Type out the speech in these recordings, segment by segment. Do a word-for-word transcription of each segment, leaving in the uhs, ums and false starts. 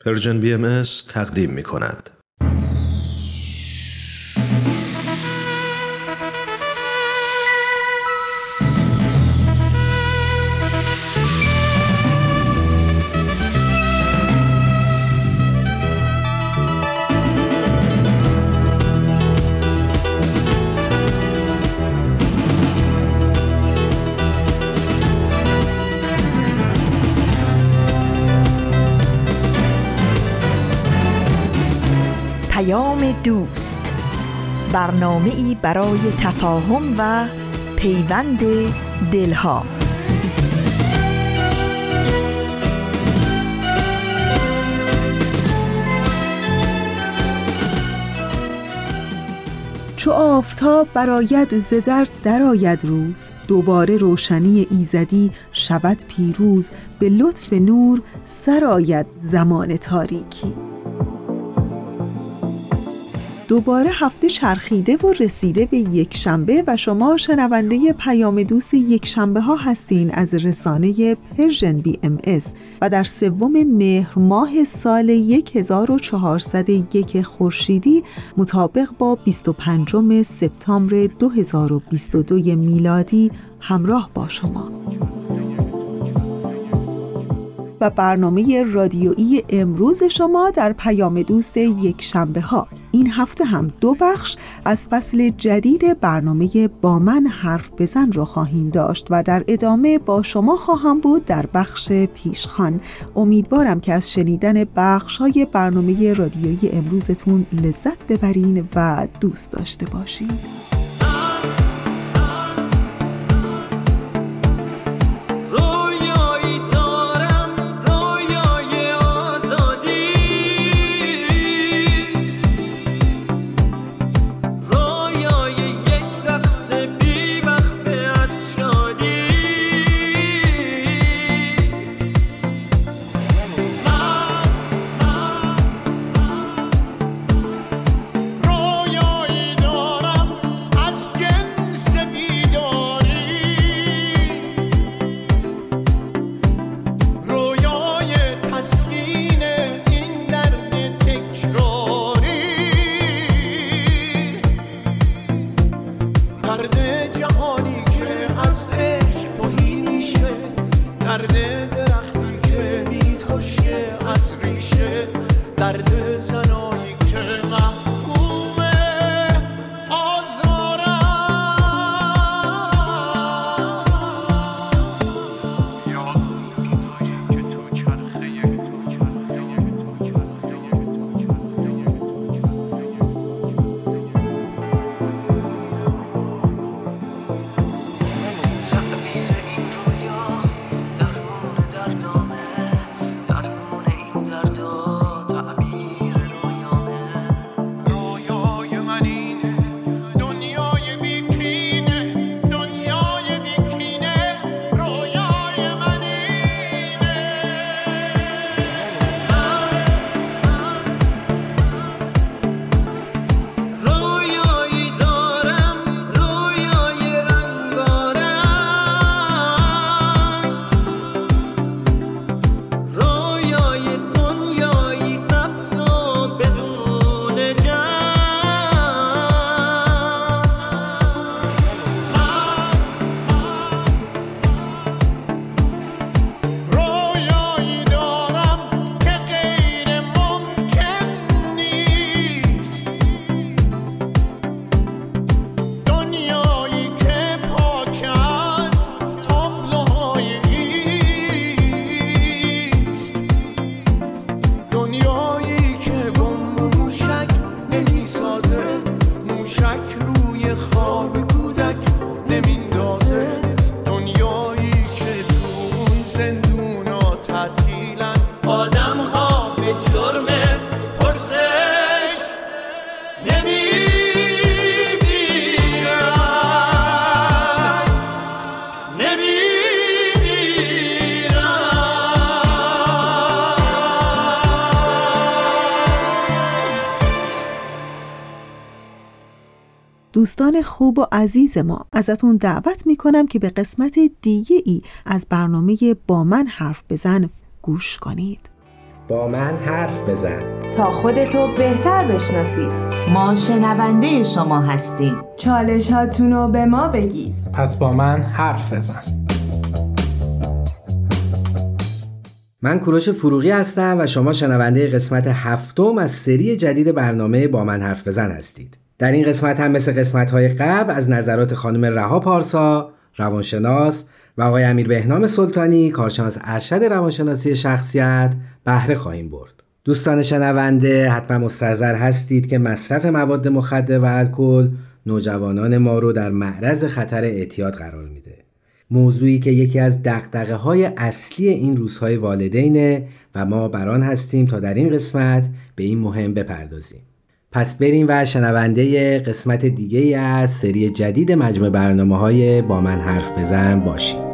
پرژن بی ام اس تقدیم می کند. دوست، برنامه‌ای برای تفاهم و پیوند دلها. چو آفتاب برآید ز در درآید روز، دوباره روشنی ایزدی شود پیروز، به لطف نور سرآید زمان تاریکی. دوباره هفته چرخیده و رسیده به یک شنبه و شما شنونده پیام دوست یک شنبه ها هستین از رسانه پرژن بی ام اس و در سوم مهر ماه سال هزار و چهارصد و یک خورشیدی مطابق با بیست و پنجم سپتامبر دو هزار و بیست و دو میلادی همراه با شما. و برنامه رادیویی امروز شما در پیام دوست یک شنبه ها این هفته هم دو بخش از فصل جدید برنامه با من حرف بزن رو خواهیم داشت و در ادامه با شما خواهم بود در بخش پیشخوان. امیدوارم که از شنیدن بخش های برنامه رادیویی امروزتون لذت ببرین و دوست داشته باشین. دوستان خوب و عزیز ما، ازتون دعوت میکنم که به قسمت دیگه ای از برنامه با من حرف بزن گوش کنید. با من حرف بزن تا خودتو بهتر بشناسید. ما شنونده شما هستیم. چالش هاتونو به ما بگید. پس با من حرف بزن. من کوروش فروغی هستم و شما شنونده قسمت هفتم از سری جدید برنامه با من حرف بزن هستید. در این قسمت هم مثل قسمت‌های قبل از نظرات خانم رها پارسا، روانشناس، و آقای امیر بهنام سلطانی، کارشناس ارشد روانشناسی شخصیت، بهره خواهیم برد. دوستان شنونده حتما مستحضر هستید که مصرف مواد مخدر و الکل نوجوانان ما رو در معرض خطر اعتیاد قرار میده. موضوعی که یکی از دغدغه‌های اصلی این روزهای والدینه و ما بران هستیم تا در این قسمت به این مهم بپردازیم. پس بریم و شنونده قسمت دیگه از سری جدید مجموعه برنامه‌های با من حرف بزن باشیم.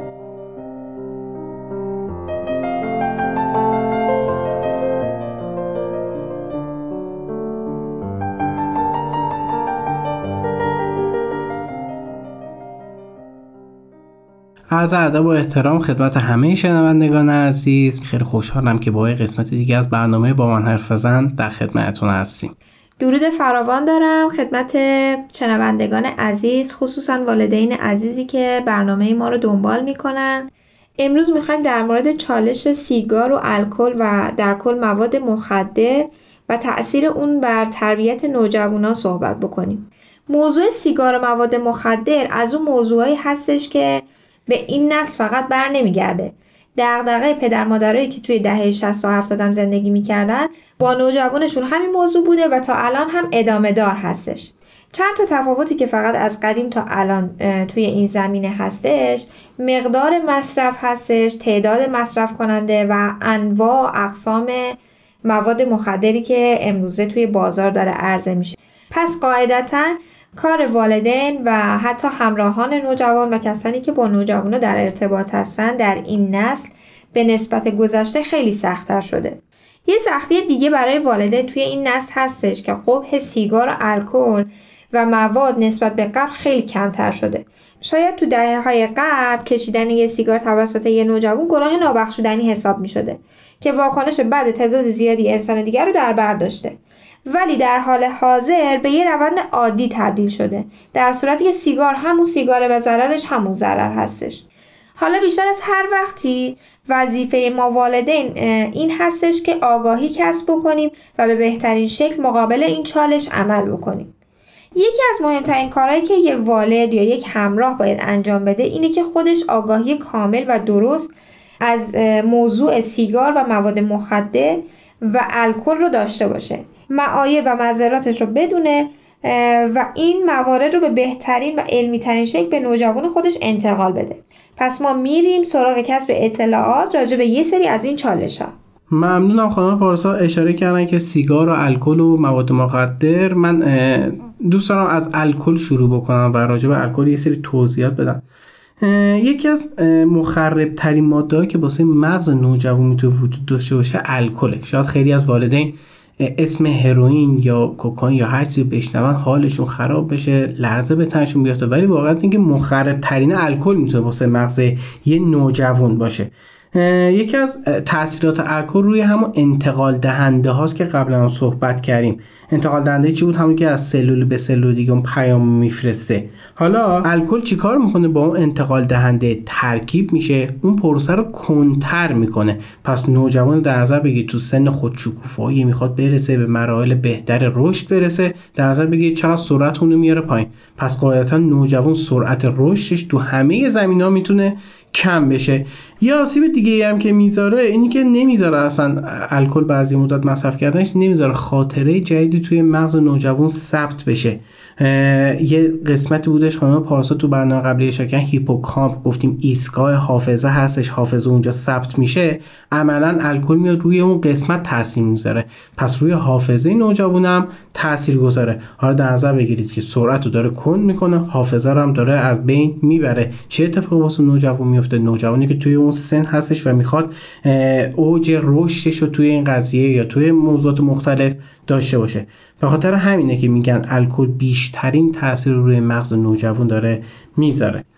عرض ادب و احترام خدمت همه شنوندگان عزیز. خیلی خوشحالم که با قسمت دیگه از برنامه با من حرف بزن در خدمتتون هستیم. درود فراوان دارم خدمت شنوندگان عزیز، خصوصا والدین عزیزی که برنامه ما رو دنبال میکنن. امروز میخوایم در مورد چالش سیگار و الکل و در کل مواد مخدر و تأثیر اون بر تربیت نوجوانان صحبت بکنیم. موضوع سیگار و مواد مخدر از اون موضوعی هستش که به این نسل فقط بر نمیگرده. دغدغه پدر مادرایی که توی دهه شصت و هفتاد هم زندگی میکردن با نوجوانشون همین موضوع بوده و تا الان هم ادامه دار هستش. چند تا تفاوتی که فقط از قدیم تا الان توی این زمینه هستش، مقدار مصرف هستش، تعداد مصرف کننده و انواع اقسام مواد مخدری که امروزه توی بازار داره عرضه میشه. پس قاعدتاً کار والدین و حتی همراهان نوجوان و کسانی که با نوجوانو در ارتباط هستن در این نسل به نسبت گذشته خیلی سخت‌تر شده. یه سختی دیگه برای والدین توی این نسل هستش که قبح سیگار و الکل و مواد نسبت به قبل خیلی کمتر شده. شاید تو دهه‌های قبل کشیدن یه سیگار توسط یه نوجوان گناه نابخشودنی حساب می‌شده که واکنش بد تعداد زیادی انسان دیگر رو در بر داشته. ولی در حال حاضر به یه روند عادی تبدیل شده، در صورتی که سیگار همون سیگاره و ضررش همون ضرر هستش. حالا بیشتر از هر وقتی وظیفه ما والدین این هستش که آگاهی کسب بکنیم و به بهترین شکل مقابل این چالش عمل بکنیم. یکی از مهمترین کارهایی که یه والد یا یک همراه باید انجام بده اینه که خودش آگاهی کامل و درست از موضوع سیگار و مواد مخدر و الکل رو داشته باشه، معایب و مضراتش رو بدونه و این موارد رو به بهترین و علمی ترین شکل به نوجوان خودش انتقال بده. پس ما میریم سراغ کسب اطلاعات راجع به یه سری از این چالش ها. ممنونم خانم پارسا اشاره کردن که سیگار و الکل و مواد مخدر. من دوست دارم از الکل شروع بکنم و راجع به الکل یه سری توضیحات بدم. یکی از مخرب ترین ماده‌ای که واسه مغز نوجوان میتونه وجود داشته باشه الکله. شاید خیلی از والدین اسم هروئین یا کوکائین یا هر چیزی بشنون حالشون خراب بشه، لرزه به تنشون بیفته، ولی واقعا اینکه مخرب ترین الکل میتونه واسه مغز یه نوجوان باشه. یکی از تاثیرات الکل روی همون انتقال دهنده هاست که قبلا صحبت کردیم. انتقال دهنده چی بود؟ همون که از سلول به سلول دیگه اون پیام میفرسته. حالا الکل چیکار میکنه؟ با اون انتقال دهنده ترکیب میشه، اون پروسه رو کنتر میکنه. پس نوجوان در نظر بگید تو سن خودشکوفایی میخواد برسه به مراحل بهتر رشد برسه، در نظر بگید چقدر سرعت اون رو میاره پایین. پس قاعدتا نوجوان سرعت رشدش تو همه زمینا میتونه کم بشه. یه آسیب دیگه هم که میذاره اینی که نمیذاره اصلا الکل بعضی مدت مصرف کردنش نمیذاره خاطره جدیدی توی مغز نوجوان ثبت بشه. یه قسمتی بودش خانم پارسا تو برنامه قبلی اشاره کردن، هیپوکامپ، گفتیم ایستگاه حافظه هستش، حافظه اونجا ثبت میشه. عملا الکل میاد روی اون قسمت تاثیر میذاره، پس روی حافظه نوجوانم تاثیر گذاره. حالا در نظر بگیرید که سرعت رو داره کند میکنه، حافظه رو هم داره از بین میبره. چه اتفاقی واسه نوجوان میفته؟ نوجوانی که توی اون سن هستش و میخواد اوج رشدش رو توی این قضیه یا توی موضوعات مختلف داشته باشه. به خاطر همینه که میگن الکل بیشترین تاثیر روی مغز نوجوان داره میذاره.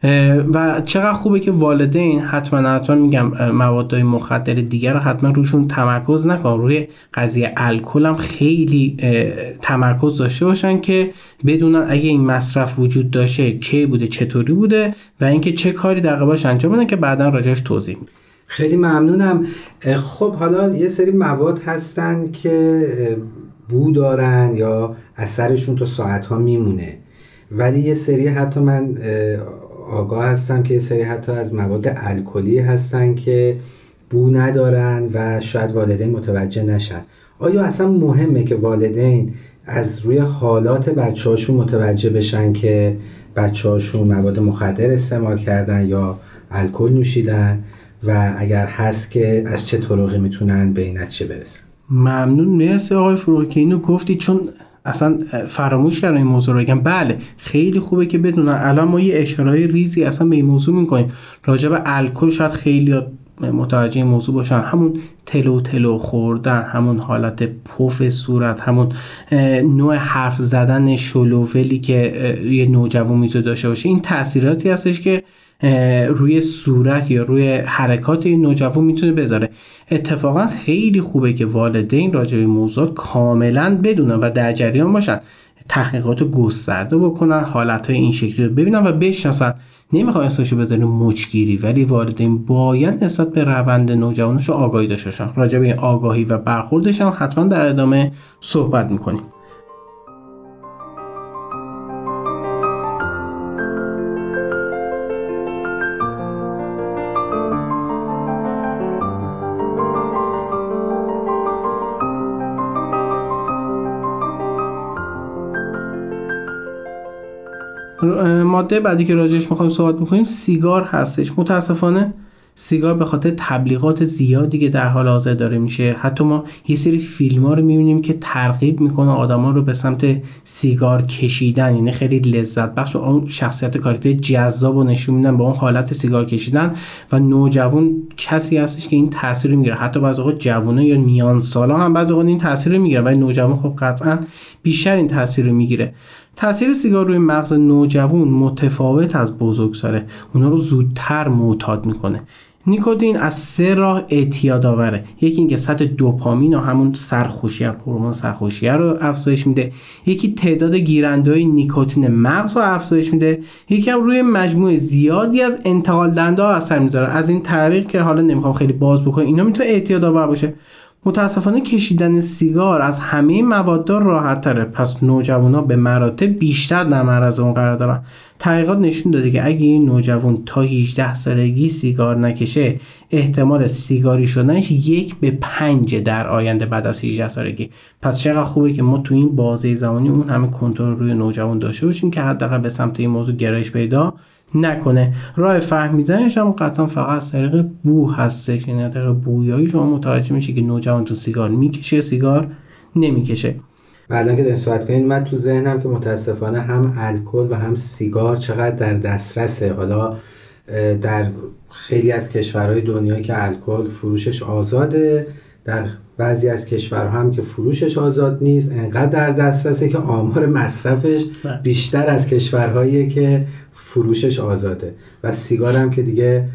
و چقدر خوبه که والدین حتما حتما میگم موادهای مخدر دیگر رو حتما روشون تمرکز نکنن، روی قضیه الکل هم خیلی تمرکز داشته باشن که بدونن اگه این مصرف وجود داشته کی بوده، چطوری بوده و اینکه چه کاری در قبالش انجام بدن که بعداً راجعش توضیح میدم. خیلی ممنونم. خب حالا یه سری مواد هستن که بو دارن یا اثرشون تا ساعت‌ها میمونه، ولی یه سری حتی من آگاه هستم که یه سری حتی از مواد الکلی هستن که بو ندارن و شاید والدین متوجه نشن. آیا اصلا مهمه که والدین از روی حالات بچه هاشون متوجه بشن که بچه هاشون مواد مخدر استعمال کردن یا الکل نوشیدن و اگر هست که از چه طرقی میتونن به این نتیجه برسن؟ ممنون، مرسی آقای فروغی که اینو گفتی، چون اصلا فراموش کردم این موضوع رو بگم. بله خیلی خوبه که بدونن. الان ما یه اشاره‌های ریزی اصلا به این موضوع میکنیم راجع به الکل، شاید خیلی متوجه این موضوع باشن، همون تلو تلو خوردن، همون حالت پف صورت، همون نوع حرف زدن شلوولی که یه نوجوان میتونه داشته باشه، این تأثیراتی هستش که روی صورت یا روی حرکات این نوجوان میتونه بذاره. اتفاقا خیلی خوبه که والدین راجع به موضوع کاملا بدونن و در جریان باشن، تحقیقات گسترده بکنن، حالتهای این شکلی رو ببینن و بشناسن. نمیخوام اسمشو بذاریم مچگیری، ولی والدین باید نسبت به روند نوجوانش آگاهی داشته باشن. راجع به آگاهی و برخوردش هم حتما در ادامه صحبت میکنیم. ماده بعدی که راجعش میخوایم صحبت بکنیم سیگار هستش. متاسفانه سیگار به خاطر تبلیغات زیادی که در حال حاضر داره میشه، حتی ما یه سری فیلم‌ها رو میبینیم که ترغیب میکنه آدما رو به سمت سیگار کشیدن، یعنی خیلی لذت بخش و اون شخصیت کاراکتر جذاب رو نشون میدن با اون حالت سیگار کشیدن و نوجوان کسی هستش که این تاثیر رو میگیره. حتی بعضی وقت جوونا یا میان سالا هم بعضی وقت این تاثیر رو میگیره، ولی نوجوان خب قطعا بیشتر این تاثیر رو میگیره. تاثیر سیگار روی مغز نوجوان متفاوت از بزرگساله، اونا رو زودتر معتاد میکنه. نیکوتین از سه راه اعتیاد آوره. یکی اینکه سطح دوپامین و همون سرخوشی، هورمون سرخوشی رو افزایش میده، یکی تعداد گیرنده‌های نیکوتین مغز رو افزایش میده، یکی هم روی مجموعه زیادی از انتقال دهنده‌ها اثر میذاره. از این طریق که حالا نمیخوام خیلی باز بکنم، اینا میتونه اعتیاد آور باشه. متاسفانه کشیدن سیگار از همه مواد راحت تره، پس نوجوانا به مراتب بیشتر در معرض اون قرار دارن. تحقیقات نشون داده که اگه این نوجوان تا هجده سالگی سیگار نکشه، احتمال سیگاری شدنش یک به پنج در آینده بعد از هجده سالگی. پس چقدر خوبه که ما تو این بازه زمانی اون همه کنترل روی نوجوان داشته باشیم که حداقل به سمت این موضوع گرایش پیدا نکنه. راه فهمیدنش هم قطعا فقط از طریق بو هستش، یعنی از طریق بویایی شما متوجه میشه که نوجوان تو سیگار میکشه سیگار نمیکشه. بعدن که داریم صحبت کنیم من تو ذهنم که متاسفانه هم الکل و هم سیگار چقدر در دسترسه. حالا در خیلی از کشورهای دنیا که الکل فروشش آزاده، در بعضی از کشورها هم که فروشش آزاد نیست، انقدر در دسترسه که آمار مصرفش بیشتر از کشورهایی که فروشش آزاده. و سیگار هم که دیگه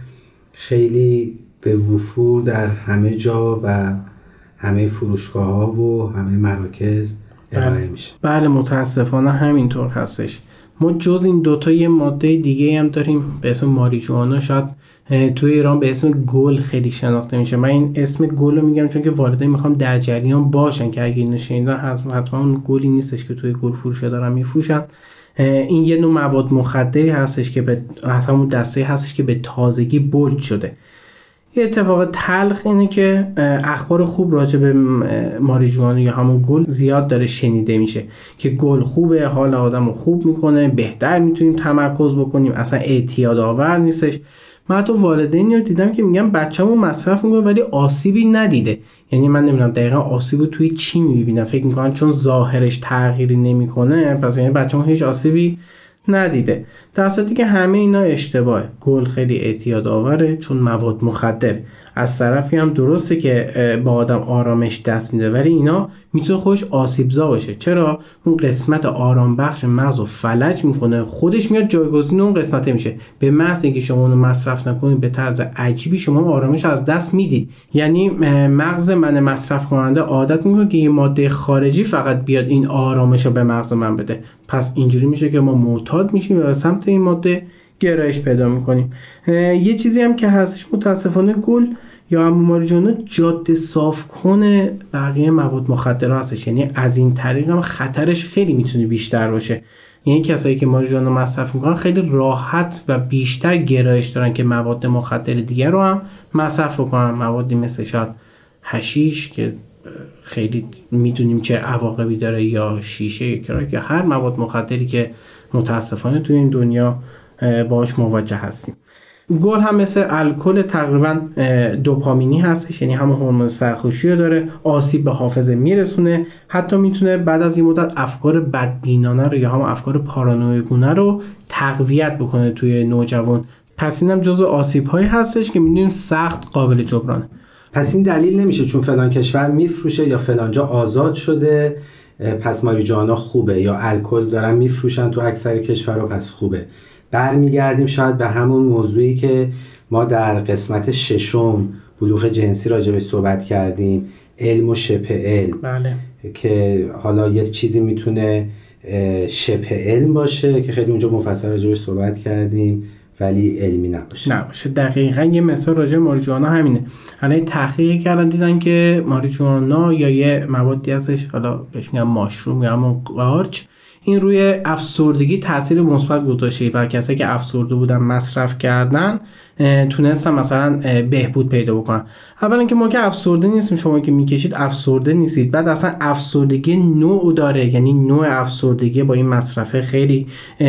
خیلی به وفور در همه جا و همه فروشگاه‌ها و همه مراکز ارائه میشه. بله متاسفانه همینطور هستش. ما جز این دوتا یه ماده دیگه هم داریم به اسم ماریجوانا، شاید توی ایران به اسم گل خیلی شناخته میشه. من این اسم گل رو میگم چون که والدین میخوام در جریان باشن که اگه اینو شنیدن حتما اون گلی نیستش که توی گل فروشه دارن میفروشن. این یه نوع مواد مخدری هستش که به همون دسته هستش که به تازگی بولد شده. یه اتفاق تلخ اینه که اخبار خوب راجع به ماریجوانا یا همون گل زیاد داره شنیده میشه که گل خوبه، حال آدمو خوب میکنه، بهتر میتونیم تمرکز بکنیم، اصلا اعتیاد آور نیستش. من حتی والدینی رو دیدم که میگم بچه‌مو مصرف میکنه ولی آسیبی ندیده. یعنی من نمیدونم دقیقاً آسیبو توی چی میبینم، فکر میکنم چون ظاهرش تغییری نمیکنه پس یعنی بچه‌مو هیچ آسیبی ندیده، در صورتی که همه اینا اشتباهه. گل خیلی اعتیاد آوره چون مواد مخدره. از طرفی هم درسته که با آدم آرامش دست میده، ولی اینا میتونه خودش آسیبزا باشه. چرا؟ اون قسمت آرام بخش مغز رو فلج میکنه، خودش میاد جایگزین اون قسمته میشه. به محض اینکه شما اونو مصرف نکنید به طرز عجیبی شما آرامش از دست میدید. یعنی مغز من مصرف کننده عادت میکنه که یه ماده خارجی فقط بیاد این آرامش رو به مغز من بده. پس اینجوری میشه که ما معتاد میشیم و به سمت این ماده گرایش پیدا میکنیم. یه چیزی هم که هستش متاسفانه گل یا همون ماریجوانا جاده صاف کنه بقیه مواد مخدر هستش، یعنی از این طریق هم خطرش خیلی میتونه بیشتر باشه. یعنی کسایی که ماریجوانا مصرف میکنن خیلی راحت و بیشتر گرایش دارن که مواد مخدر دیگر رو هم مصرف بکنن، موادی مثل شاید حشیش که خیلی میدونیم چه عواقبی داره، یا شیشه یا کراک، یا هر مواد مخدری که متاسفانه توی این دنیا باهاش مواجه هستیم. گل هم مثل الکل تقریبا دوپامینی هستش، یعنی همون هورمون سرخوشی رو داره، آسیب به حافظه میرسونه، حتی میتونه بعد از این مدت افکار بدبینانه رو یا هم افکار پارانویگونه رو تقویت بکنه توی نوجوان. پس اینم جزو آسیب هایی هستش که میدونیم سخت قابل جبرانه. پس این دلیل نمیشه چون فلان کشور میفروشه یا فلانجا آزاد شده پس ماریجوانا خوبه، یا الکل دارن میفروشن تو اکثر کشورها پس خوبه. برمیگردیم شاید به همون موضوعی که ما در قسمت ششم بلوغ جنسی راجبش صحبت کردیم، علم و شبه علم. بله. که حالا یه چیزی میتونه شبه علم باشه که خیلی اونجا مفصل راجبش صحبت کردیم ولی علمی نباشه. نباشه. دقیقاً یه مثال راجع به ماریجوانا همینه. الان تحقیق کردن دیدن که ماریجوانا یا یه موادی ازش حالا بهش میگن ماشروم یا همون قارچ، این روی افسردگی تاثیر مثبت گذاشته و کسایی که افسرده بودن مصرف کردن تونستن مثلا بهبود پیدا بکنن. اولا که ما که افسرده نیستیم، شما که میکشید افسرده نیستید. بعد اصلا افسردگی نوع داره، یعنی نوع افسردگی با این مصرفه خیلی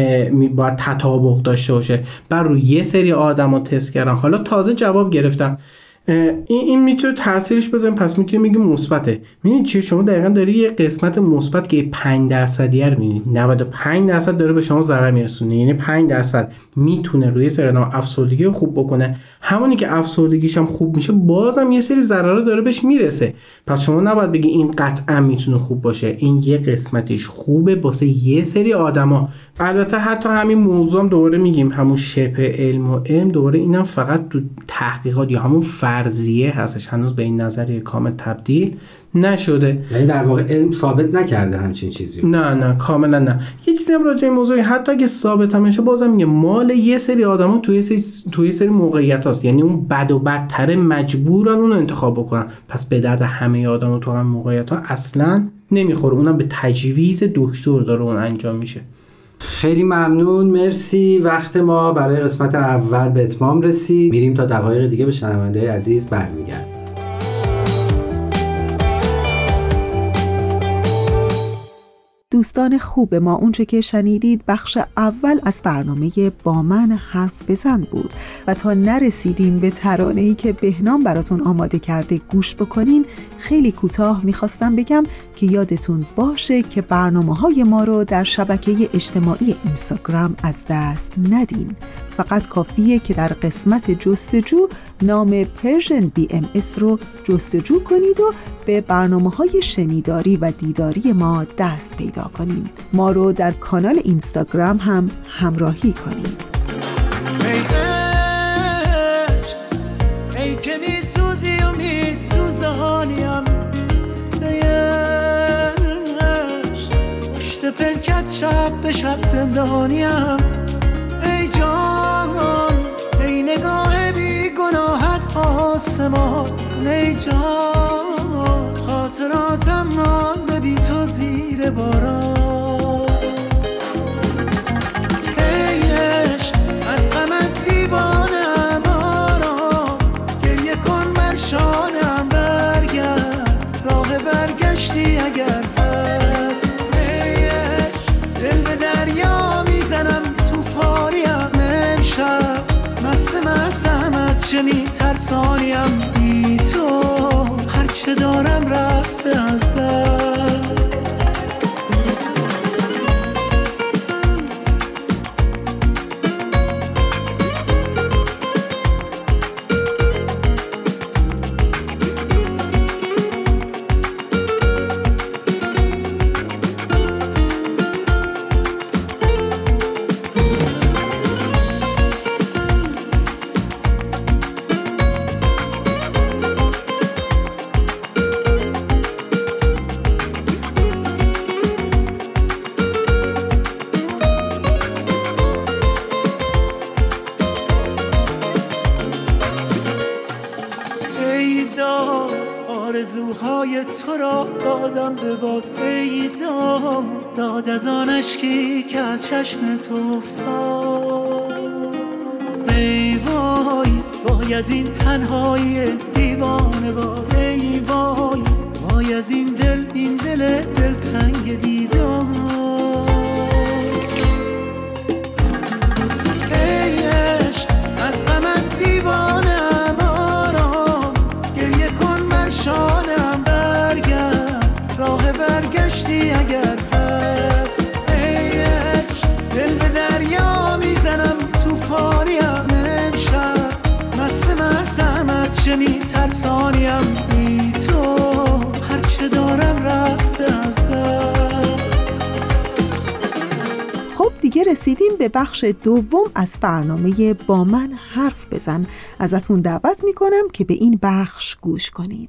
باید تطابق داشته باشه. بر روی یه سری آدما تست کردن، حالا تازه جواب گرفتن این این میتونه تاثیرش بذاریم، پس میتونیم بگیم مثبته. میبینید چه شما دقیقاً داری یه قسمت مثبت که پنج درصدی رو میبینید، نود و پنج درصد داره به شما ضرر میرسونه. یعنی پنج درصد میتونه روی سری آدم افسردگی خوب بکنه، همونی که افسردگیش هم خوب میشه بازم یه سری ضررا داره بهش میرسه. پس شما نباید بگی این قطعا میتونه خوب باشه، این یه قسمتش خوبه واسه یه سری آدما. البته حتی همین موضوع هم دوباره میگیم همون شبه علم و علم، دوباره اینم فقط تو تحقیقات یا همون فرضیه هستش، هنوز به این نظریه کامل تبدیل نشده. یعنی در واقع علم ثابت نکرده همچین چیزی. نه نه کاملا نه. یه چیزی هم راجع به موضوع حتی اگه ثابت هم بشه بازم میگه مال یه سری آدما توی سری توی سری موقعیت هست، یعنی اون بد و بدتر مجبورن اون رو انتخاب بکنن. پس به درد همه آدما تو هم موقعیت ها اصلا نمیخوره، اونم به تجویز دکتر داره اون انجام میشه. خیلی ممنون، مرسی. وقت ما برای قسمت اول به اتمام رسید. میریم تا دقایق دیگه به شنونده‌های عزیز برمیگردیم. دوستان خوب ما، اونچه که شنیدید بخش اول از برنامه با من حرف بزن بود و تا نرسیدیم به ترانه‌ای که بهنام براتون آماده کرده گوش بکنین، خیلی کوتاه میخواستم بگم که یادتون باشه که برنامه‌های ما رو در شبکه اجتماعی اینستاگرام از دست ندین. فقط کافیه که در قسمت جستجو نام پرژن بی ام اس رو جستجو کنید و به برنامه‌های شنیداری و دیداری ما دست پیدا کنید. ما رو در کانال اینستاگرام هم همراهی کنید. ای عشق، ای که میسوزی و میسوزانیم، ای عشق، پشت پلکت شب به شب زندانیم، ای جان، ای نگاه بی گناهت آسمان، ای جان، خاطراتم مانده بی تو زیر باران. ای عشق، از غمت دیوانم آرام، گریه کن بر شانم، برگرد راه برگشتی اگر هست. ای عشق، دل به دریا میزنم توفانیم، امشب مست مستم از چه میترسانیم، بی تو هرچه دارم رفته از دست. تو را دادم به باد، ای داد داد از آن اشکی که از چشم تو افتاد. ای وای وای از این تنهایی دیوانه باد، ای وای وای از این دل این دل دلتنگ دیدار. ای عشق از غمت دیوانم، آرام گریه کن بر شانم، برگرد راه برگشتی اگر هست. ای عشق دل به دریا میزنم، توفانیم امشب، مست مستم از چه میترسانیم، بی تو هرچه دارم رفته از دست. خب دیگه رسیدیم به بخش دوم از برنامه با من حرف بزن. ازتون دعوت میکنم که به این بخش گوش کنید.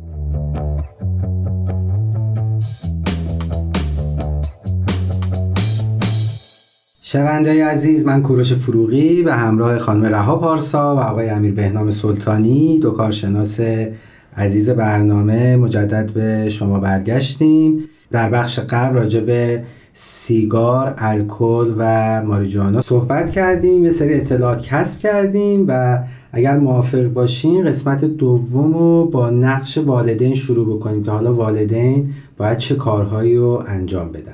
شنونده‌های عزیز، من کوروش فروغی به همراه خانم رها پارسا و آقای امیر بهنام سلطانی، دو کارشناس عزیز برنامه، مجدد به شما برگشتیم. در بخش قبل راجع به سیگار، الکل و ماریجوانا صحبت کردیم، یه سری اطلاعات کسب کردیم و اگر موافق باشین قسمت دوم رو با نقش والدین شروع بکنیم که حالا والدین باید چه کارهایی رو انجام بدن.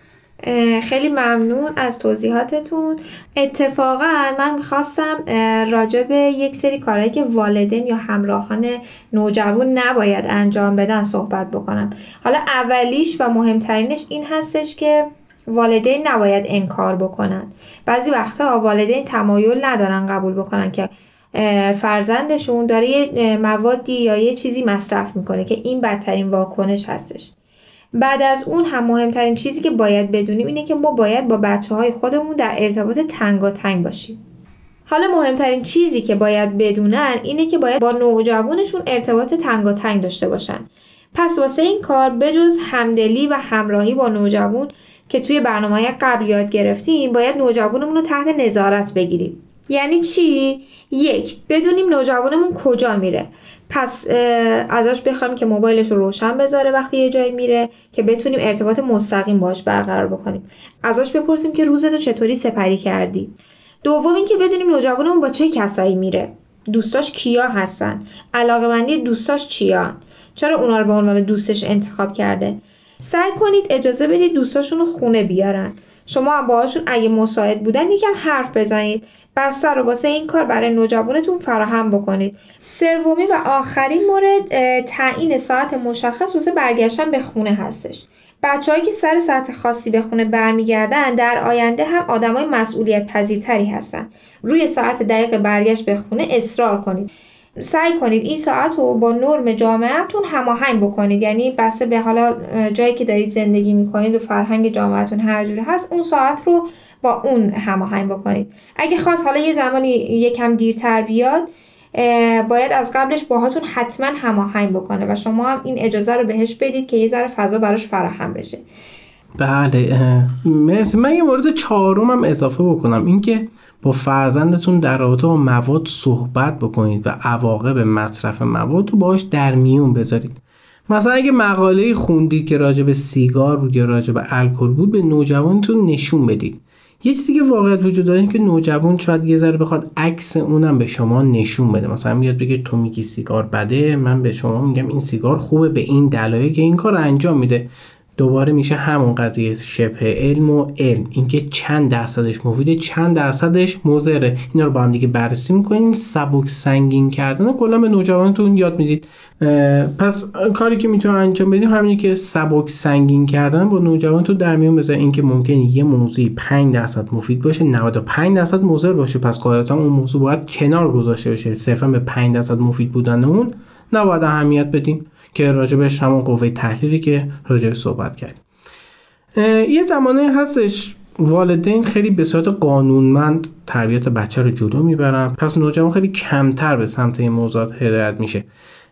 خیلی ممنون از توضیحاتتون. اتفاقا من میخواستم راجع به یک سری کارهایی که والدین یا همراهان نوجوان نباید انجام بدن صحبت بکنم. حالا اولیش و مهمترینش این هستش که والدین نباید انکار بکنن. بعضی وقتا والدین تمایل ندارن قبول بکنن که فرزندشون داره یه موادی یا یه چیزی مصرف میکنه که این بدترین واکنش هستش. بعد از اون هم مهمترین چیزی که باید بدونیم اینه که ما باید با بچه های خودمون در ارتباط تنگاتنگ باشیم. حالا مهمترین چیزی که باید بدونن اینه که باید با نوجوانشون ارتباط تنگاتنگ داشته باشن. پس واسه این کار بجز همدلی و همراهی با نوجوان که توی برنامه‌های قبل یاد گرفتیم، باید نوجوانمون رو تحت نظارت بگیریم. یعنی چی؟ یک، بدونیم نوجوانمون کجا میره. پس ازش بخوایم که موبایلش رو روشن بذاره وقتی یه جایی میره که بتونیم ارتباط مستقیم باهاش برقرار بکنیم. ازش بپرسیم که روزتو چطوری سپری کردی. دوم این که بدونیم نوجوانمون با چه کسایی میره. دوستاش کیا هستن؟ علاقه‌مندی دوستاش چیان؟ چرا اونا رو به عنوان دوستش انتخاب کرده؟ سعی کنید اجازه بدید دوستاشون رو خونه بیارن. شما هم باهاشون اگه مساعد بودن یکم حرف بزنید. بسته رو واسه این کار برای نوجوانتون فراهم بکنید. سومی و آخرین مورد تعیین ساعت مشخص واسه برگشتن به خونه هستش. بچه‌هایی که سر ساعت خاصی به خونه برمیگردن در آینده هم آدمای مسئولیت پذیرتری هستن. روی ساعت دقیق برگشت به خونه اصرار کنید. سعی کنید این ساعت رو با نرم جامعه‌تون هماهنگ بکنید. یعنی بسته به حالا جایی که دارید زندگی می‌کنید و فرهنگ جامعه‌تون هر جوری هست، اون ساعت رو با اون هماهنگ بکنید. اگه خواست حالا یه زمانی یکم دیرتر بیاد، باید از قبلش باهاتون حتما هماهنگ بکنه و شما هم این اجازه رو بهش بدید که یه ذره فضا براش فراهم بشه. بله مرسی. من یه مورد چهارم هم اضافه بکنم، این که با فرزندتون در رابطه با مواد صحبت بکنید و عواقب مصرف مواد رو باهاش در میون بذارید. مثلا اگه مقاله‌ای خوندید که راجع به سیگار بود یا راجع به الکل بود، به نوجوانتون نشون بدید. یه چیزی که واقعیت وجود داره این که نوجوان شاید یه ذره بخواد عکس اونم به شما نشون بده. مثلا میاد بگه تو میگی سیگار بده، من به شما میگم این سیگار خوبه به این دلایل که این کار انجام میده. دوباره میشه همون قضیه شبه علم و علم، اینکه چند درصدش مفیده چند درصدش مضره. اینا رو با هم دیگه بررسی میکنیم. سبک سنگین کردن کلا به نوجوانتون یاد میدید. پس کاری که میتونم انجام بدیم همینه که سبک سنگین کردن با نوجوانتون در میون بذارید. اینکه ممکنه یه موضوعی پنج درصد مفید باشه نود و پنج درصد مضر باشه، پس قاعدتا اون موضوع باید کنار گذاشته بشه. صرفا به پنج درصد مفید بودن اون نباید اهمیت بدیم که راجبش همون قوه تحلیلی که راجبش صحبت کردیم. یه زمانه هستش والدین خیلی به صورت قانونمند تربیت بچه رو جلو میبرن، پس نوجوان خیلی کمتر به سمت این موضوعات هدایت میشه.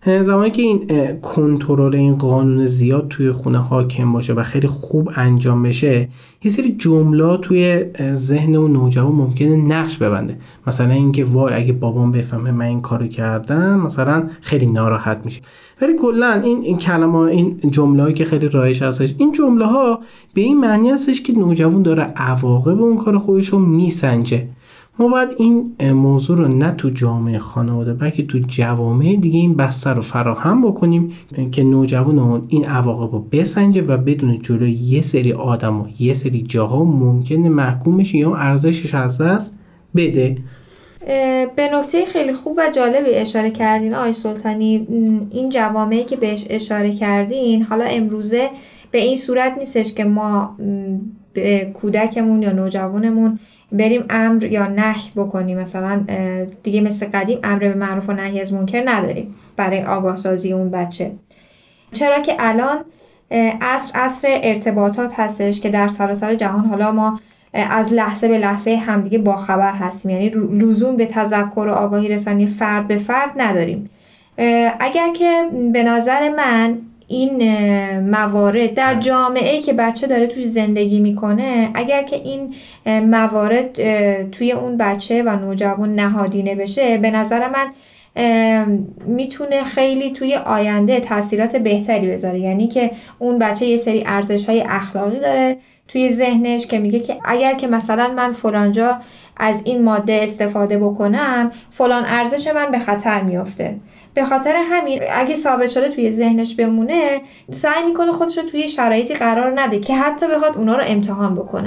زمانی که این کنترل این قانون زیاد توی خونه حاکم باشه و خیلی خوب انجام بشه، یه سری جمله توی ذهن اون نوجوان ممکنه نقش ببنده. مثلا اینکه وای اگه بابام بفهمه من این کارو کردم مثلا خیلی ناراحت میشه. ولی کلا این این کلمه این جمله‌ای که خیلی رایج هستش، این جمله‌ها به این معنی هستش که نوجوان داره عواقب اون کار خودش رو میسنجه. ما باید این موضوع رو نه تو جامعه خانواده بلکه تو جوامع دیگه این بستر رو فراهم بکنیم که نوجوان این عواقب رو بسنجه و بدون جلوی یه سری آدم و یه سری جاها ممکنه محکوم بشه یا ارزشش از دست بده. به نکته خیلی خوب و جالبی اشاره کردین آقای سلطانی. این جوامعی که بهش اشاره کردین حالا امروزه به این صورت نیستش که ما به کودکمون یا نوجوانمون بریم امر یا نهی بکنیم، مثلا دیگه مثل قدیم امر به معروف و نهی از منکر نداریم برای آگاه سازی اون بچه. چرا که الان عصر عصر ارتباطات هستش که در سراسر جهان حالا ما از لحظه به لحظه همدیگه باخبر هستیم، یعنی لزوم به تذکر و آگاهی رسانی فرد به فرد نداریم. اگر که به نظر من این موارد در جامعه‌ای که بچه داره توش زندگی میکنه، اگر که این موارد توی اون بچه و نوجوان نهادینه بشه، به نظر من میتونه خیلی توی آینده تاثیرات بهتری بذاره. یعنی که اون بچه یه سری ارزش‌های اخلاقی داره توی ذهنش که میگه که اگر که مثلا من فلانجا از این ماده استفاده بکنم فلان ارزش من به خطر میفته. به خاطر همین اگه ثابت شده توی ذهنش بمونه، سعی میکنه خودش رو توی شرایطی قرار نده که حتی بخواد اونا رو امتحان بکنه.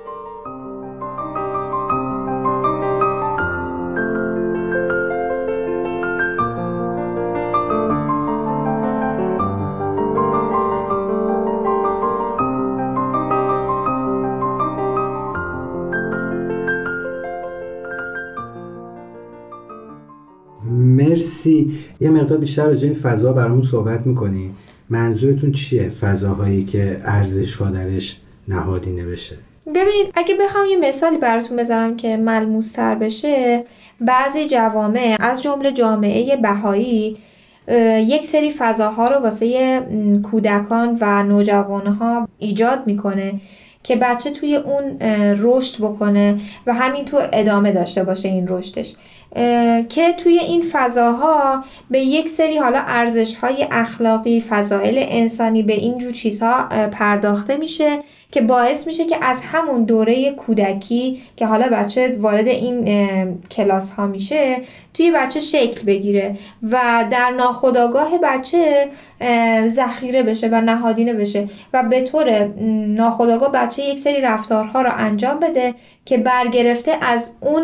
مرسی. یه مقدار بیشتر راجع به این فضا برامون صحبت میکنی. منظورتون چیه فضاهایی که ارزش‌ها درش نهادینه بشه؟ ببینید اگه بخوام یه مثالی براتون بذارم که ملموس‌تر بشه، بعضی جوامع از جمله جامعه بهایی یک سری فضاها رو واسه کودکان و نوجوانها ایجاد میکنه که بچه توی اون رشد بکنه و همینطور ادامه داشته باشه این رشدش، که توی این فضاها به یک سری حالا ارزش‌های اخلاقی، فضائل انسانی، به این جور چیزها پرداخته میشه که باعث میشه که از همون دوره کودکی که حالا بچه وارد این کلاس ها میشه توی بچه شکل بگیره و در ناخودآگاه بچه ذخیره بشه و نهادینه بشه و به طور ناخودآگاه بچه یک سری رفتارها رو انجام بده که برگرفته از اون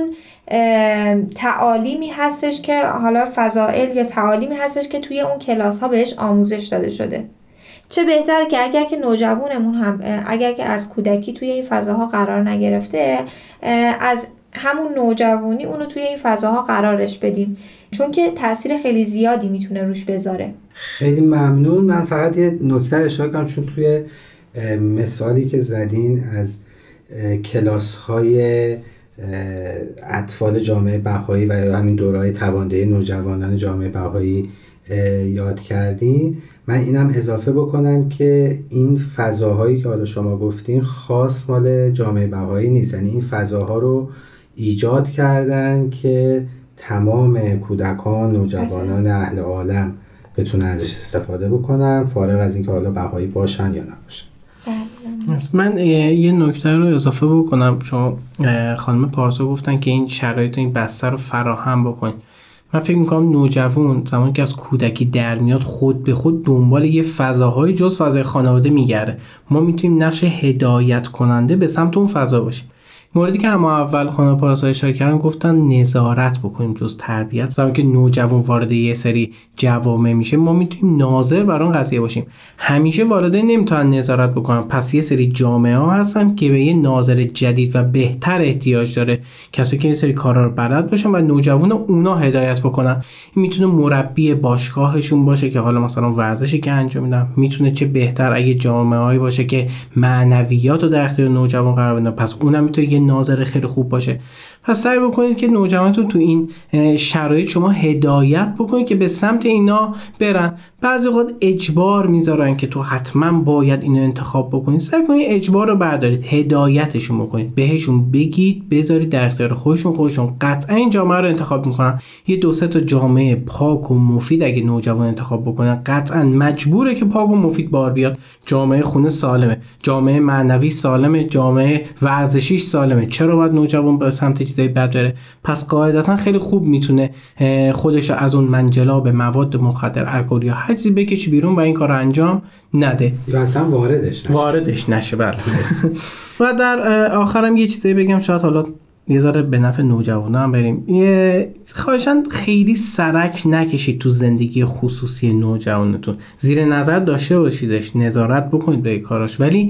تعالیمی هستش که حالا فضائل یا تعالیمی هستش که توی اون کلاس ها بهش آموزش داده شده. چه بهتره که اگر که نوجوانمون هم اگر که از کودکی توی این فضاها قرار نگرفته، از همون نوجوانی اونو توی این فضاها قرارش بدیم، چون که تاثیر خیلی زیادی میتونه روش بذاره. خیلی ممنون. من فقط یه نکته اشاره کنم، چون توی مثالی که زدین از کلاس‌های اطفال جامعه بهایی و یا همین دوره‌های تواندهی نوجوانان جامعه بهایی یاد کردین، من اینم اضافه بکنم که این فضاهایی که حالا شما گفتین خاص مال جامعه بهایی نیست. یعنی این فضاها رو ایجاد کردن که تمام کودکان، نوجوانان اهل عالم بتونن ازش استفاده بکنن، فارغ از اینکه حالا بهایی باشن یا نباشن. من یه نکته رو اضافه بکنم. شما خانم پارسا گفتن که این شرایط و این بستر رو فراهم بکنید. من فکر میکنم نوجوان زمانی که از کودکی در میاد خود به خود دنبال یه فضاهای جز فضای خانواده میگرده. ما میتونیم نقش هدایت کننده به سمت اون فضا باشیم. موردی که هم اول خانم پارسا اشاره کردن گفتن نظارت بکنیم جز تربیت. زمانی که نوجوان وارد یه سری جوامع میشه ما میتونیم ناظر بر اون قضیه باشیم. همیشه والدین نمیتونن نظارت بکنن، پس یه سری جامعه ها هستن که به یه ناظر جدید و بهتر احتیاج داره، کسی که یه سری کارا رو بلد باشن و نوجوان اونا هدایت بکنن. این میتونه مربی باشگاهشون باشه که حالا مثلا ورزشی که انجام میدن، میتونه چه بهتر اگه جامعه‌ای باشه که معنویات رو در اختیار نوجوان قرار بدن، پس اونم میتونه یه ناظر خیلی خوب باشه. پس سعی بکنید که نوجوانتون تو این شرایط شما هدایت بکنید که به سمت اینا برن. بعضی وقت اجبار میذارن که تو حتما باید اینو انتخاب بکنید. سعی کنید اجبار رو بردارید، هدایتشون بکنید، بهشون بگید بذارید در اختیار خودشون. خودشون قطعا این جامعه رو انتخاب میکنن. یه دو سه تا جامعه پاک و مفید اگه نوجوان انتخاب بکنن قطعا مجبوره که پاک و مفید بار بیاد. جامعه خونه سالمه، جامعه معنوی سالمه، جامعه ورزشیش سالمه. چرا باید نوجوان به سمت چیزای بد بره؟ پس قاعدتا خیلی خوب میتونه خودش از اون منجلاب مواد مخدر، الکل یا هر چیزی بکشه بیرون و این کارو انجام نده یا اصلا واردش نشه. واردش نشه بله. و در آخرم یه چیزی بگم، شاید حالا یه ذره به نفع نوجوانا هم بریم. یه خواهشاً خیلی سرک نکشید تو زندگی خصوصی نوجوانتون. زیر نظر داشته باشیدش، نظارت بکنید به کاراش، ولی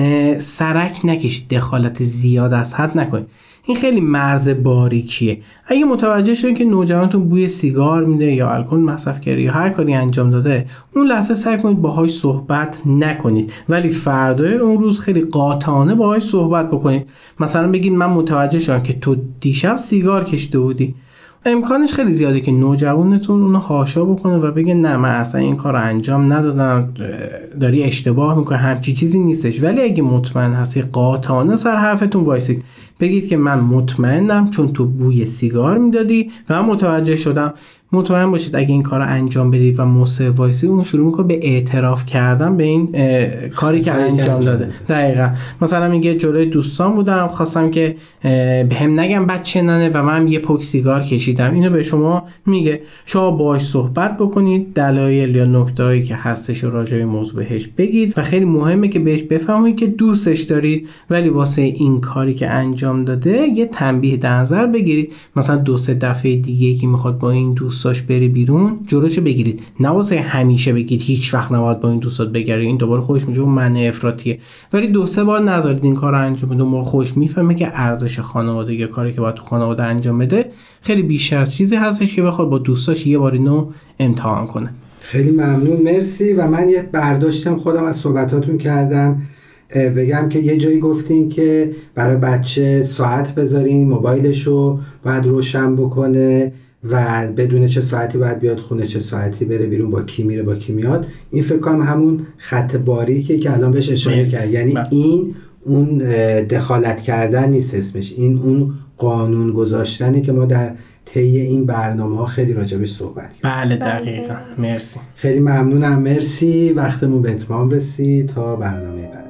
سرک نکشید، دخالت زیاد از حد نکنید. این خیلی مرز باریکیه. اگه متوجه شدید که نوجوانتون بوی سیگار میده یا الکل مصرف کرده یا هر کاری انجام داده، اون لحظه سعی کنید باهاش صحبت نکنید، ولی فردای اون روز خیلی قاطعانه باهاش صحبت بکنید. مثلا بگید من متوجه شدم که تو دیشب سیگار کشیده بودی. امکانش خیلی زیاده که نوجوانتون اونو حاشا بکنه و بگه نه من اصلا این کار رو انجام ندادم، داری اشتباه میکنه، همچی چیزی نیستش. ولی اگه مطمئن هستی، قاطعانه سر حرفتون وایسید، بگید که من مطمئنم چون تو بوی سیگار میدادی و من متوجه شدم. مطمئن باشید اگه این کار رو انجام بدید و مصر وایسی، اون شروع میکنه به اعتراف کردن به این کاری که انجام داده. دقیقاً مثلا میگه جلوی دوستان بودم، خواستم که به هم نگم بچه ننه و من یه پک سیگار کشیدم. اینو به شما میگه، شما باهاش صحبت بکنید، دلایل یا نکته‌ای که هستش رو راجع به موضوع بهش بگید و خیلی مهمه که بهش بفهمید که دوستش دارید، ولی واسه این کاری که انجام داده یه تنبیه در نظر بگیرید. مثلا دو سه دفعه دیگه که میخواد با این دوست دوستاش بری بیرون جلوشو بگیرید، نه واسه همیشه بگید هیچ وقت نباید با این دوستات بگری، این دوباره خودش میگه اون معنی افراطیه. ولی دو سه بار نذارید این کارو انجام بده. اون خودش میفهمه که ارزش خانواده یا کاری که باید تو خانواده انجام بده خیلی بیشتر از چیزی هستش که بخواد با دوستاش یه بار اینو امتحان کنه. خیلی ممنون، مرسی. و من یه برداشتم خودم از صحبتاتون کردم، بگم که یه جایی گفتین که برای بچه ساعت بذارین، موبایلشو باید روشن بکنه و بدون چه ساعتی باید بیاد خونه، چه ساعتی بره بیرون، با کی میره با کی میاد. این فکر کنم همون خط باریکه که الان بهش اشاره کرد. یعنی با. این اون دخالت کردن نیست اسمش، این اون قانون گذاشتنه که ما در طی این برنامه ها خیلی راجبش صحبت کردیم. بله دقیقاً. مرسی، خیلی ممنونم. مرسی، وقتمون به اتمام رسید. تا برنامه بعد.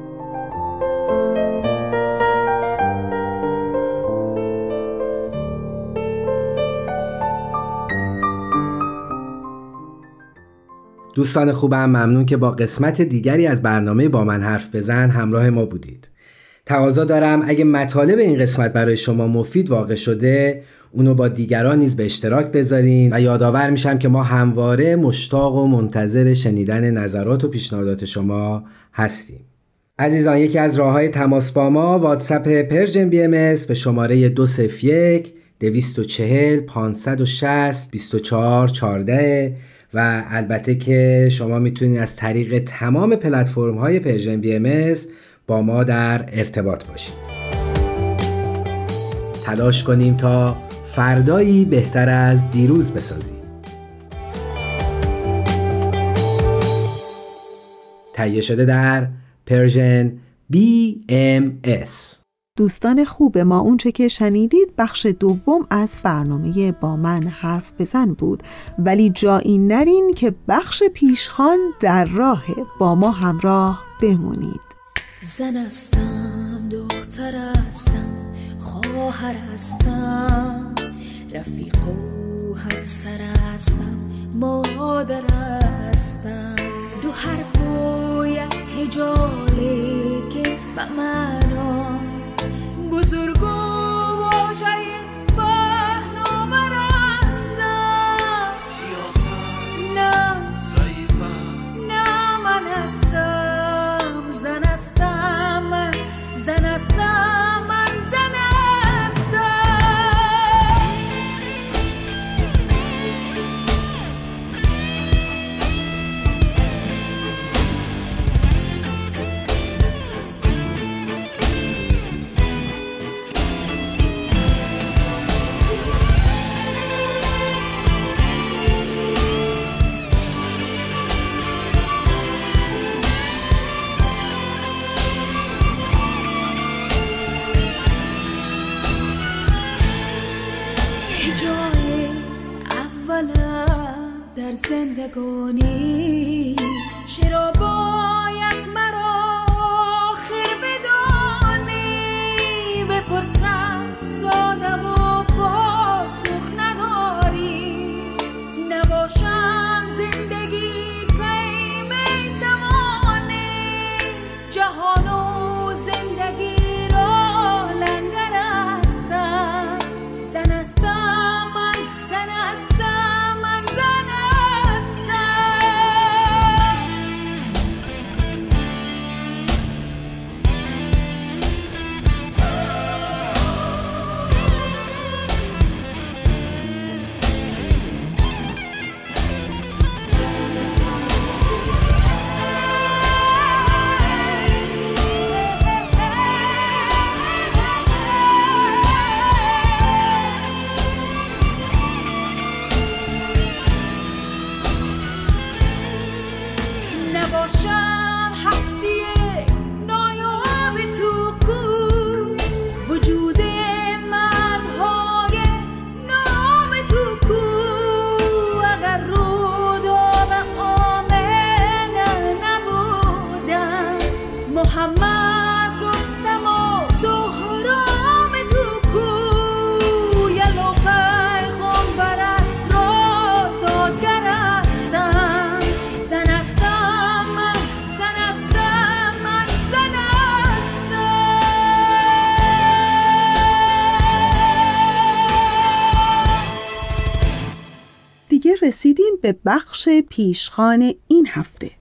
دوستان خوبم، ممنون که با قسمت دیگری از برنامه با من حرف بزن همراه ما بودید. تقاضا دارم اگه مطالب این قسمت برای شما مفید واقع شده، اونو با دیگران نیز به اشتراک بذارین و یادآور میشم که ما همواره مشتاق و منتظر شنیدن نظرات و پیشنهادات شما هستیم. عزیزان، یکی از راه‌های تماس با ما واتساپ پرژن بی ام اس به شماره دو صفر یک دویست و چهل پانصد و شصت بیست و چهار چهارده و البته که شما میتونید از طریق تمام پلتفرم های پرژن بی ام اس با ما در ارتباط باشید. تلاش کنیم تا فردایی بهتر از دیروز بسازیم. تهیه شده در پرژن بی ام اس. دوستان خوب ما، اونچه که شنیدید بخش دوم از برنامه با من حرف بزن بود، ولی جایی نرین که بخش پیشخوان در راه. با ما همراه بمونید. زن هستم، دختر هستم، خواهر هستم، رفیق و همسر هستم، مادر هستم. دو حرف و یک هجاله که به معنا بزرگ و واژه برنامه هستم. سیاست نه، ضعیفم نه، من هستم، زن هستم، من زن هستم، من زن هستم. در زندگانی چرا باید مرا آخر بدانی؟ بپرسم ساده و پاسخ نداری. نباشم زندگی کی میتوانی؟ جهان و زندگی را لنگر هستم. زن هستم من، زن هستم من، زن نباشم هستی نایاب تو کو، وجود مردهای نام تو کو. اگر روداب آمن نبودم، محمد رستم و زهرام تو کو. یلو پیغمبرت را زادگر هستم. زن هستم من، زن هستم من، زن هستم. دیگه رسیدیم به بخش پیشخوان این هفته.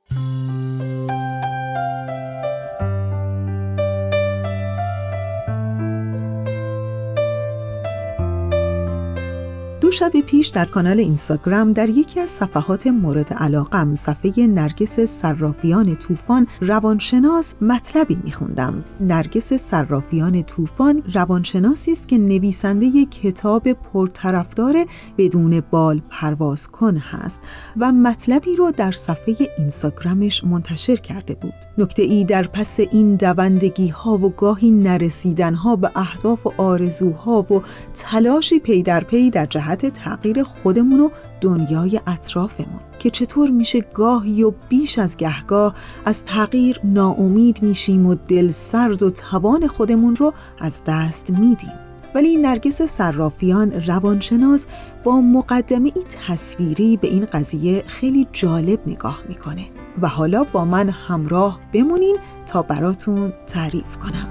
دو شب پیش در کانال اینستاگرام در یکی از صفحات مورد علاقم، صفحه نرگس صرافیان طوفان روانشناس، مطلبی می‌خوندم. نرگس صرافیان طوفان روانشناسی است که نویسنده کتاب پرطرفدار بدون بال پرواز کن هست و مطلبی رو در صفحه اینستاگرامش منتشر کرده بود. نکته‌ای در پس این دوندگی‌ها و گاهی نرسیدن‌ها به اهداف و آرزوها و تلاشی پی در پی در جهت تغییر خودمون و دنیای اطرافمون، که چطور میشه گاهی و بیش از گهگاه از تغییر ناامید میشیم و دل سرد و توان خودمون رو از دست میدیم. ولی نرگس صرافیان روانشناس با مقدمه‌ای تصویری به این قضیه خیلی جالب نگاه میکنه و حالا با من همراه بمونین تا براتون تعریف کنم.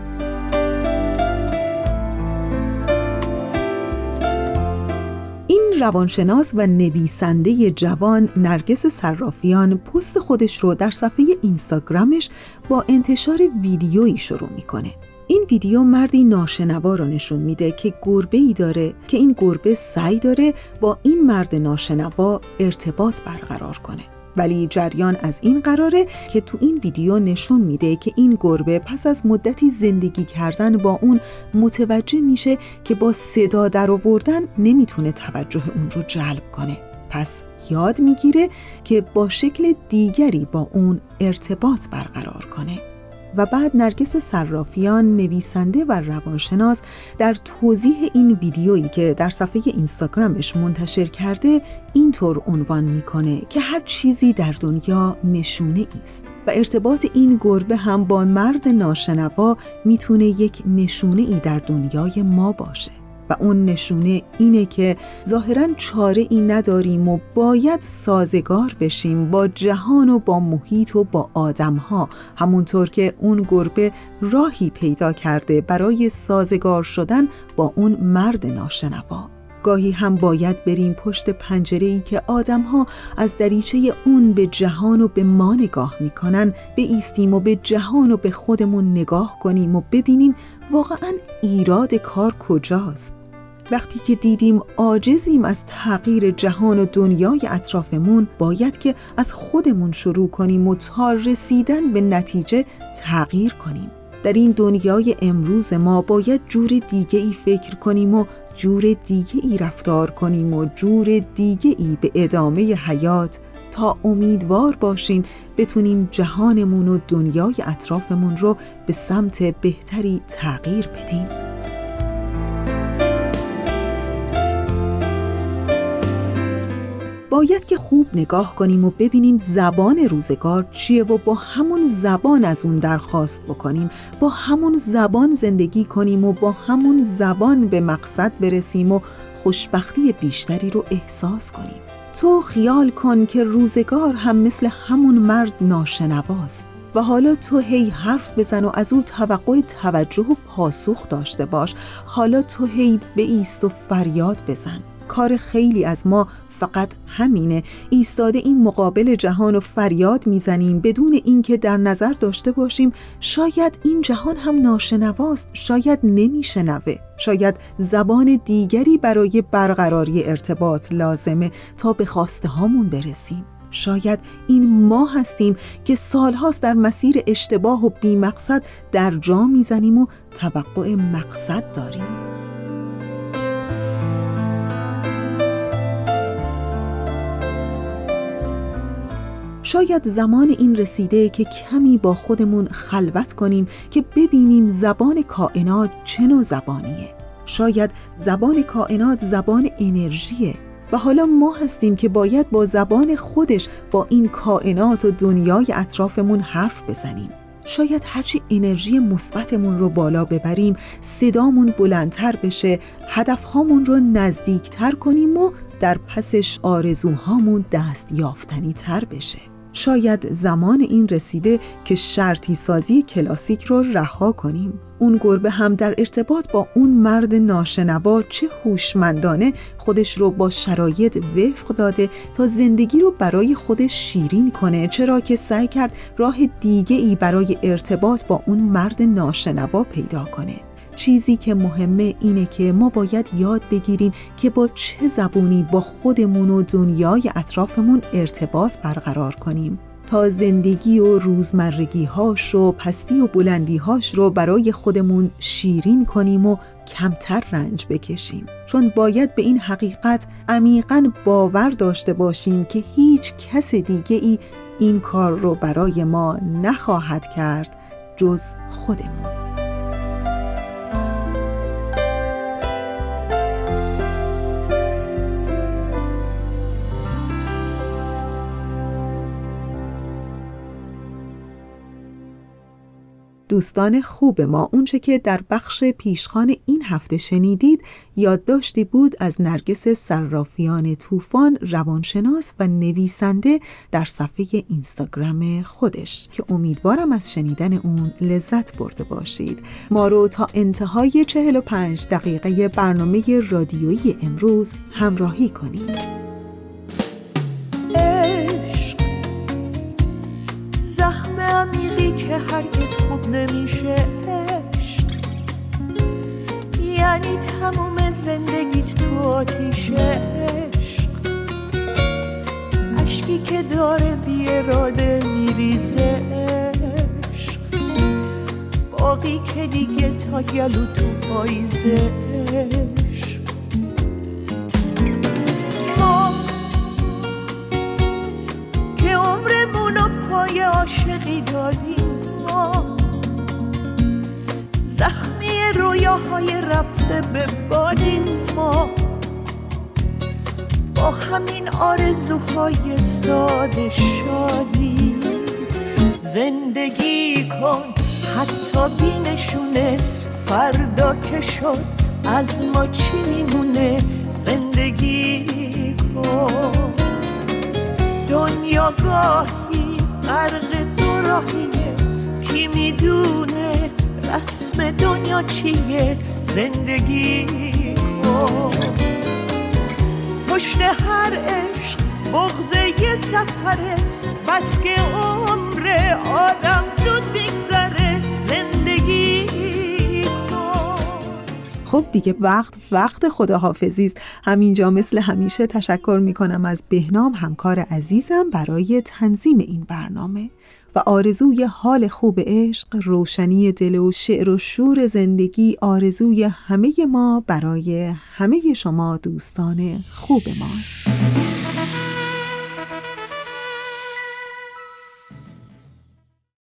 روانشناس و نویسنده جوان نرگس صرافیان پست خودش رو در صفحه اینستاگرامش با انتشار ویدیویی شروع میکنه. این ویدیو مردی ناشنوا رو نشون میده که گربه‌ای داره که این گربه سعی داره با این مرد ناشنوا ارتباط برقرار کنه. ولی جریان از این قراره که تو این ویدیو نشون میده که این گربه پس از مدتی زندگی کردن با اون متوجه میشه که با صدا در آوردن نمیتونه توجه اون رو جلب کنه. پس یاد میگیره که با شکل دیگری با اون ارتباط برقرار کنه. و بعد نرگس صرافیان نویسنده و روانشناس در توضیح این ویدیویی که در صفحه اینستاگرامش منتشر کرده اینطور عنوان میکنه که هر چیزی در دنیا نشونه است و ارتباط این گربه هم با مرد ناشنوا میتونه یک نشونه ای در دنیای ما باشه و اون نشونه اینه که ظاهراً چاره ای نداریم و باید سازگار بشیم با جهان و با محیط و با آدم‌ها، همونطور که اون گربه راهی پیدا کرده برای سازگار شدن با اون مرد ناشنوا. گاهی هم باید بریم پشت پنجره‌ای که آدم‌ها از دریچه اون به جهان و به ما نگاه می‌کنن، بایستیم و به جهان و به خودمون نگاه کنیم و ببینیم واقعاً ایراد کار کجاست. وقتی که دیدیم عاجزیم از تغییر جهان و دنیای اطرافمون، باید که از خودمون شروع کنیم و تا رسیدن به نتیجه تغییر کنیم. در این دنیای امروز ما باید جور دیگه ای فکر کنیم و جور دیگه ای رفتار کنیم و جور دیگه ای به ادامه حیات تا امیدوار باشیم بتونیم جهانمون و دنیای اطرافمون رو به سمت بهتری تغییر بدیم. با باید که خوب نگاه کنیم و ببینیم زبان روزگار چیه و با همون زبان از اون درخواست بکنیم، با همون زبان زندگی کنیم و با همون زبان به مقصد برسیم و خوشبختی بیشتری رو احساس کنیم. تو خیال کن که روزگار هم مثل همون مرد ناشنواست و حالا تو هی حرف بزن و از او توقع توجه و پاسخ داشته باش. حالا تو هی بایست و فریاد بزن. کار خیلی از ما فقط همینه، ایستاده این مقابل جهان و فریاد میزنیم بدون اینکه در نظر داشته باشیم شاید این جهان هم ناشنواست، شاید نمیشنوه، شاید زبان دیگری برای برقراری ارتباط لازمه تا به خواسته هامون برسیم. شاید این ما هستیم که سالهاست در مسیر اشتباه و بی مقصد در جا میزنیم و توقع مقصد داریم. شاید زمان این رسیده که کمی با خودمون خلوت کنیم که ببینیم زبان کائنات چه نوع زبانیه. شاید زبان کائنات زبان انرژیه و حالا ما هستیم که باید با زبان خودش با این کائنات و دنیای اطرافمون حرف بزنیم. شاید هرچی انرژی مثبتمون رو بالا ببریم، صدامون بلندتر بشه، هدفهامون رو نزدیکتر کنیم و در پسش آرزوهامون دست یافتنی تر بشه. شاید زمان این رسیده که شرطی سازی کلاسیک رو رها کنیم. اون گربه هم در ارتباط با اون مرد ناشنوا چه هوشمندانه خودش رو با شرایط وفق داده تا زندگی رو برای خودش شیرین کنه، چرا که سعی کرد راه دیگه ای برای ارتباط با اون مرد ناشنوا پیدا کنه. چیزی که مهمه اینه که ما باید یاد بگیریم که با چه زبونی با خودمون و دنیای اطرافمون ارتباط برقرار کنیم تا زندگی و روزمرگی‌هاش و پستی و بلندی‌هاش رو برای خودمون شیرین کنیم و کمتر رنج بکشیم. چون باید به این حقیقت عمیقاً باور داشته باشیم که هیچ کس دیگه ای این کار رو برای ما نخواهد کرد جز خودمون. دوستان خوب ما، اونچه که در بخش پیشخوان این هفته شنیدید یادداشتی بود از نرگس صرافیان طوفان، روانشناس و نویسنده در صفحه اینستاگرام خودش که امیدوارم از شنیدن اون لذت برده باشید. ما رو تا انتهای چهل و پنج دقیقه برنامه رادیویی امروز همراهی کنید. زخم عمیقی که هرگز خوب نمیشه، عشق یعنی تموم زندگیت تو آتیشه، عشق عشقی که داره بی اراده میریزه، عشق باقی که دیگه تا گلو تو پاییزه، عشق ما که عمرمونو پای عاشقی دادیم، ما زخمی رویاهای رفته به بادیم، ما با همین آرزوهای ساده شادی. زندگی کن حتی بی نشونه، فردا که شد از ما چی میمونه. زندگی کن، دنیا گاهی غرق دو راهیه، کی میدونه رسم دنیا چیه. زندگی کن، پشت هر عشق بغض یه سفره، بس که عمر آدم زود بگذره. زندگی کن. خب دیگه وقت وقت خداحافظی است. همینجا مثل همیشه تشکر میکنم از بهنام همکار عزیزم برای تنظیم این برنامه و آرزوی حال خوب عشق، روشنی دل و شعر و شور زندگی آرزوی همه ما برای همه شما دوستان خوب ماست.